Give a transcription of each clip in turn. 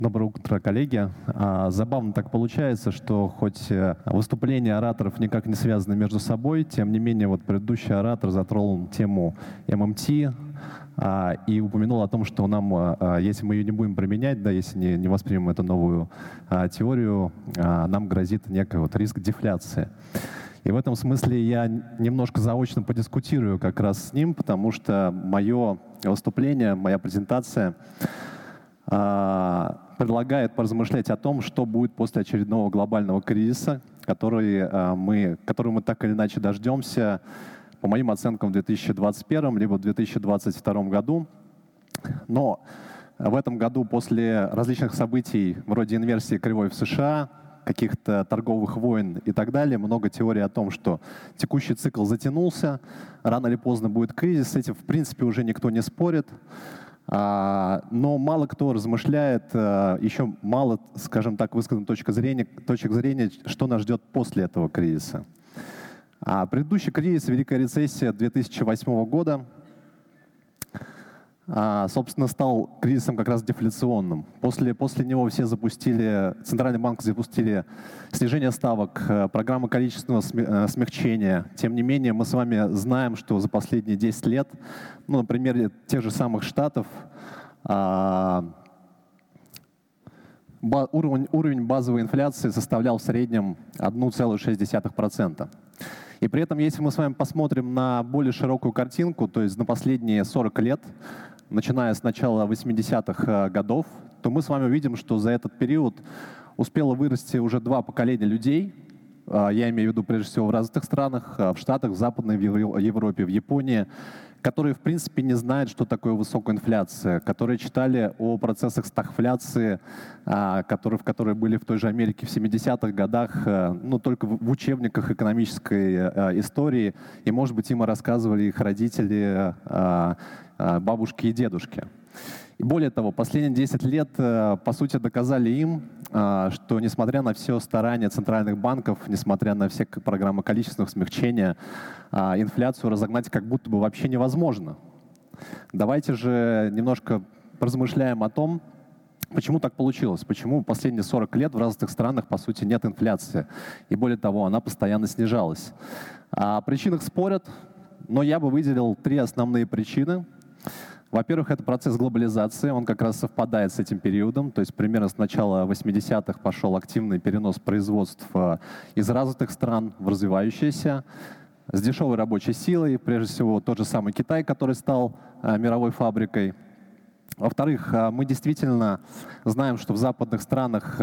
Доброе утро, коллеги. Забавно так получается, что хоть выступления ораторов никак не связаны между собой, тем не менее вот предыдущий оратор затронул тему ММТ и упомянул о том, что нам, если мы ее не будем применять, да, если не воспримем эту новую теорию, нам грозит некий вот риск дефляции. И в этом смысле я немножко заочно подискутирую как раз с ним, потому что мое выступление, моя презентация предлагает поразмышлять о том, что будет после очередного глобального кризиса, который мы так или иначе дождемся, по моим оценкам, в 2021 либо в 2022 году. Но в этом году после различных событий, вроде инверсии кривой в США, каких-то торговых войн и так далее, много теорий о том, что текущий цикл затянулся, рано или поздно будет кризис, с этим в принципе уже никто не спорит. Но мало кто размышляет, еще мало, скажем так, высказано точек зрения, что нас ждет после этого кризиса. Предыдущий кризис, Великая рецессия 2008 года, собственно, стал кризисом как раз дефляционным. После него Центральный банк запустили снижение ставок, программы количественного смягчения. Тем не менее, мы с вами знаем, что за последние 10 лет, на примере тех же самых Штатов, уровень базовой инфляции составлял в среднем 1,6%. И при этом, если мы с вами посмотрим на более широкую картинку, то есть на последние 40 лет, начиная с начала 80-х годов, то мы с вами увидим, что за этот период успело вырасти уже 2 поколения людей. Я имею в виду прежде всего в развитых странах, в Штатах, в Западной Европе, в Японии, которые в принципе не знают, что такое высокая инфляция, которые читали о процессах стагфляции, которые были в той же Америке в 70-х годах, только в учебниках экономической истории, и, может быть, им рассказывали их родители, бабушки и дедушки. И более того, последние 10 лет, по сути, доказали им, что несмотря на все старания центральных банков, несмотря на все программы количественного смягчения, инфляцию разогнать как будто бы вообще невозможно. Давайте же немножко поразмышляем о том, почему так получилось, почему последние 40 лет в разных странах, по сути, нет инфляции. И более того, она постоянно снижалась. О причинах спорят, но я бы выделил 3 основные причины. Во-первых, это процесс глобализации, он как раз совпадает с этим периодом, то есть примерно с начала 80-х пошел активный перенос производств из развитых стран в развивающиеся, с дешевой рабочей силой, прежде всего тот же самый Китай, который стал мировой фабрикой. Во-вторых, мы действительно знаем, что в западных странах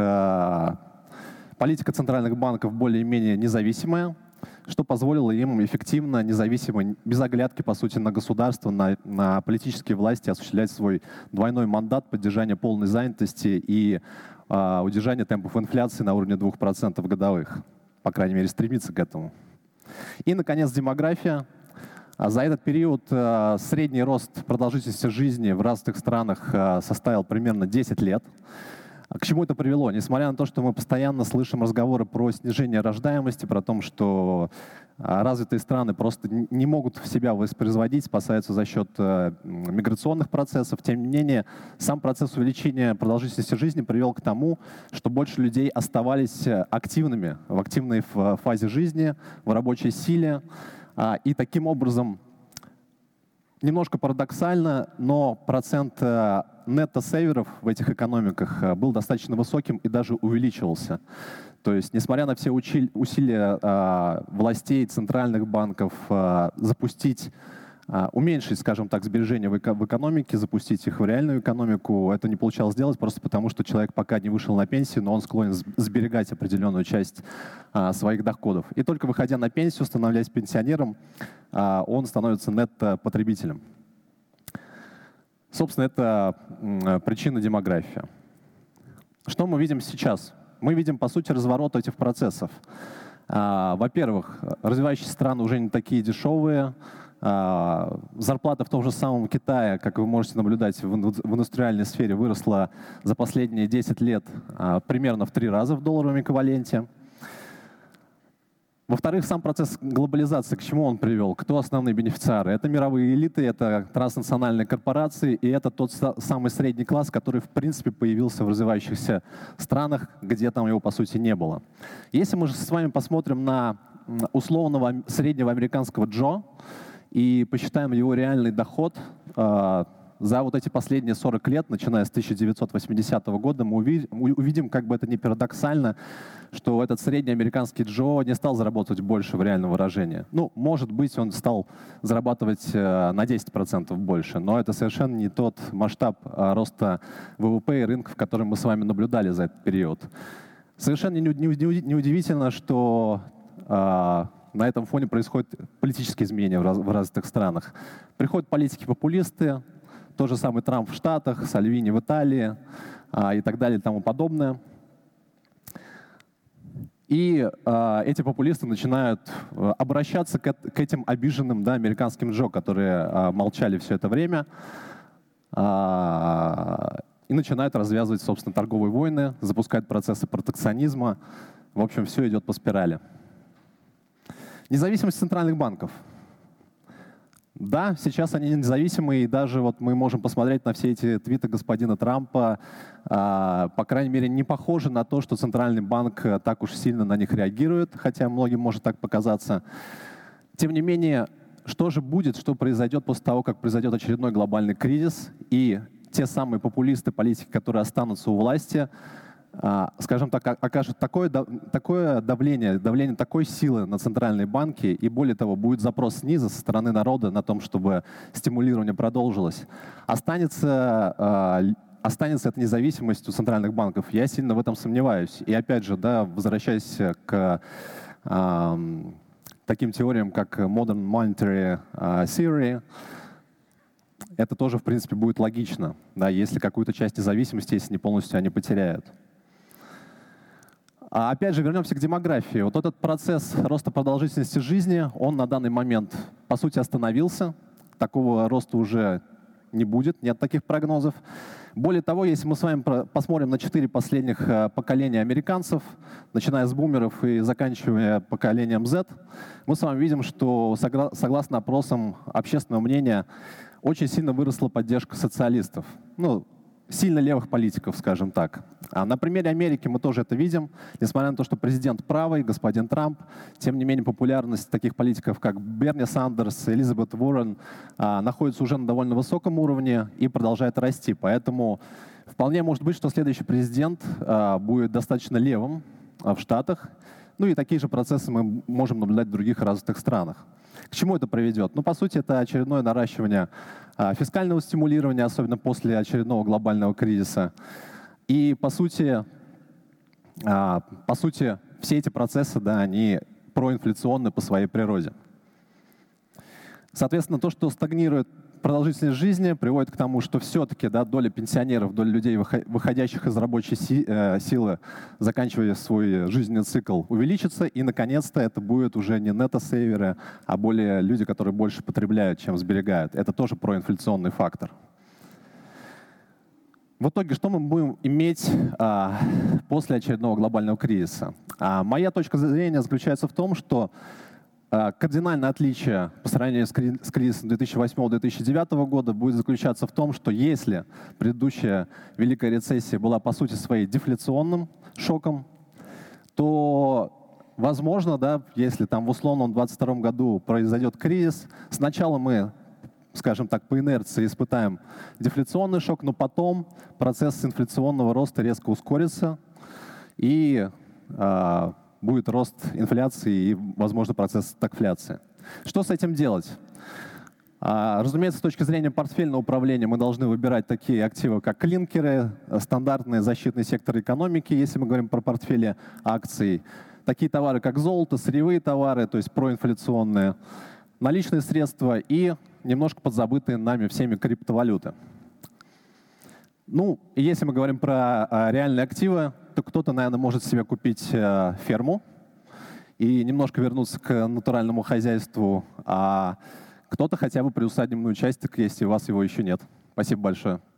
политика центральных банков более-менее независимая, что позволило им эффективно, независимо, без оглядки, по сути, на государство, на политические власти осуществлять свой двойной мандат поддержания полной занятости и удержания темпов инфляции на уровне 2% годовых. По крайней мере, стремиться к этому. И, наконец, демография. За этот период средний рост продолжительности жизни в развитых странах составил примерно 10 лет. К чему это привело? Несмотря на то, что мы постоянно слышим разговоры про снижение рождаемости, про то, что развитые страны просто не могут в себя воспроизводить, спасаются за счет миграционных процессов. Тем не менее, сам процесс увеличения продолжительности жизни привел к тому, что больше людей оставались активными в активной фазе жизни, в рабочей силе. И таким образом, немножко парадоксально, но процент нетто-сейверов в этих экономиках был достаточно высоким и даже увеличивался. То есть, несмотря на все усилия властей, центральных банков уменьшить, скажем так, сбережения в экономике, запустить их в реальную экономику, это не получалось сделать просто потому, что человек пока не вышел на пенсию, но он склонен сберегать определенную часть своих доходов. И только выходя на пенсию, становляясь пенсионером, он становится нетто-потребителем. Собственно, это причина демографии. Что мы видим сейчас? Мы видим, по сути, разворот этих процессов. Во-первых, развивающиеся страны уже не такие дешевые. Зарплата в том же самом Китае, как вы можете наблюдать, в индустриальной сфере выросла за последние 10 лет примерно в 3 раза в долларовом эквиваленте. Во-вторых, сам процесс глобализации, к чему он привел? Кто основные бенефициары? Это мировые элиты, это транснациональные корпорации, и это тот самый средний класс, который, в принципе, появился в развивающихся странах, где там его, по сути, не было. Если мы же с вами посмотрим на условного среднего американского Джо и посчитаем его реальный доход, за вот эти последние 40 лет, начиная с 1980 года, мы увидим, как бы это ни парадоксально, что этот средний американский Джо не стал зарабатывать больше в реальном выражении. Ну, может быть, он стал зарабатывать на 10% больше, но это совершенно не тот масштаб роста ВВП и рынков, который мы с вами наблюдали за этот период. Совершенно неудивительно, что на этом фоне происходят политические изменения в развитых странах. Приходят политики-популисты, тот же самый Трамп в Штатах, Сальвини в Италии и так далее и тому подобное. И эти популисты начинают обращаться к этим обиженным, да, американским Джо, которые молчали все это время, и начинают развязывать, собственно, торговые войны, запускать процессы протекционизма. В общем, все идет по спирали. Независимость центральных банков. Да, сейчас они независимые, и даже вот мы можем посмотреть на все эти твиты господина Трампа, по крайней мере, не похоже на то, что Центральный банк так уж сильно на них реагирует, хотя многим может так показаться. Тем не менее, что же будет, что произойдет после того, как произойдет очередной глобальный кризис, и те самые популисты, политики, которые останутся у власти, скажем так, окажут такое давление такой силы на центральные банки, и более того, будет запрос снизу со стороны народа на том, чтобы стимулирование продолжилось. Останется эта независимость у центральных банков? Я сильно в этом сомневаюсь. И опять же, да, возвращаясь к таким теориям, как Modern Monetary Theory, это тоже, в принципе, будет логично, да, если какую-то часть независимости, если не полностью они потеряют. Опять же, вернемся к демографии. Вот этот процесс роста продолжительности жизни, он на данный момент, по сути, остановился. Такого роста уже не будет, нет таких прогнозов. Более того, если мы с вами посмотрим на 4 последних поколения американцев, начиная с бумеров и заканчивая поколением Z, мы с вами видим, что согласно опросам общественного мнения, очень сильно выросла поддержка социалистов. Ну, сильно левых политиков, скажем так. А на примере Америки мы тоже это видим. Несмотря на то, что президент правый, господин Трамп, тем не менее популярность таких политиков, как Берни Сандерс, Элизабет Уоррен, находится уже на довольно высоком уровне и продолжает расти. Поэтому вполне может быть, что следующий президент будет достаточно левым в Штатах. Ну и такие же процессы мы можем наблюдать в других развитых странах. К чему это приведет? Ну, по сути, это очередное наращивание фискального стимулирования, особенно после очередного глобального кризиса. И, по сути, все эти процессы, да, они проинфляционны по своей природе. Соответственно, то, что стагнирует продолжительность жизни, приводит к тому, что все-таки, да, доля пенсионеров, доля людей, выходящих из рабочей силы, заканчивая свой жизненный цикл, увеличится. И, наконец-то, это будет уже не нето-сейверы, а более люди, которые больше потребляют, чем сберегают. Это тоже проинфляционный фактор. В итоге, что мы будем иметь после очередного глобального кризиса? Моя точка зрения заключается в том, что кардинальное отличие по сравнению с кризисом 2008-2009 года будет заключаться в том, что если предыдущая Великая рецессия была по сути своей дефляционным шоком, то, возможно, да, если там в условном 2022 году произойдет кризис, сначала мы, скажем так, по инерции испытаем дефляционный шок, но потом процесс инфляционного роста резко ускорится, и будет рост инфляции и, возможно, процесс стагфляции. Что с этим делать? Разумеется, с точки зрения портфельного управления мы должны выбирать такие активы, как клинкеры, стандартный защитный сектор экономики, если мы говорим про портфели акций, такие товары, как золото, сырьевые товары, то есть проинфляционные, наличные средства и немножко подзабытые нами всеми криптовалюты. Ну, и если мы говорим про реальные активы, то кто-то, наверное, может себе купить ферму и немножко вернуться к натуральному хозяйству, а кто-то хотя бы приусадебный участок, если у вас его еще нет. Спасибо большое.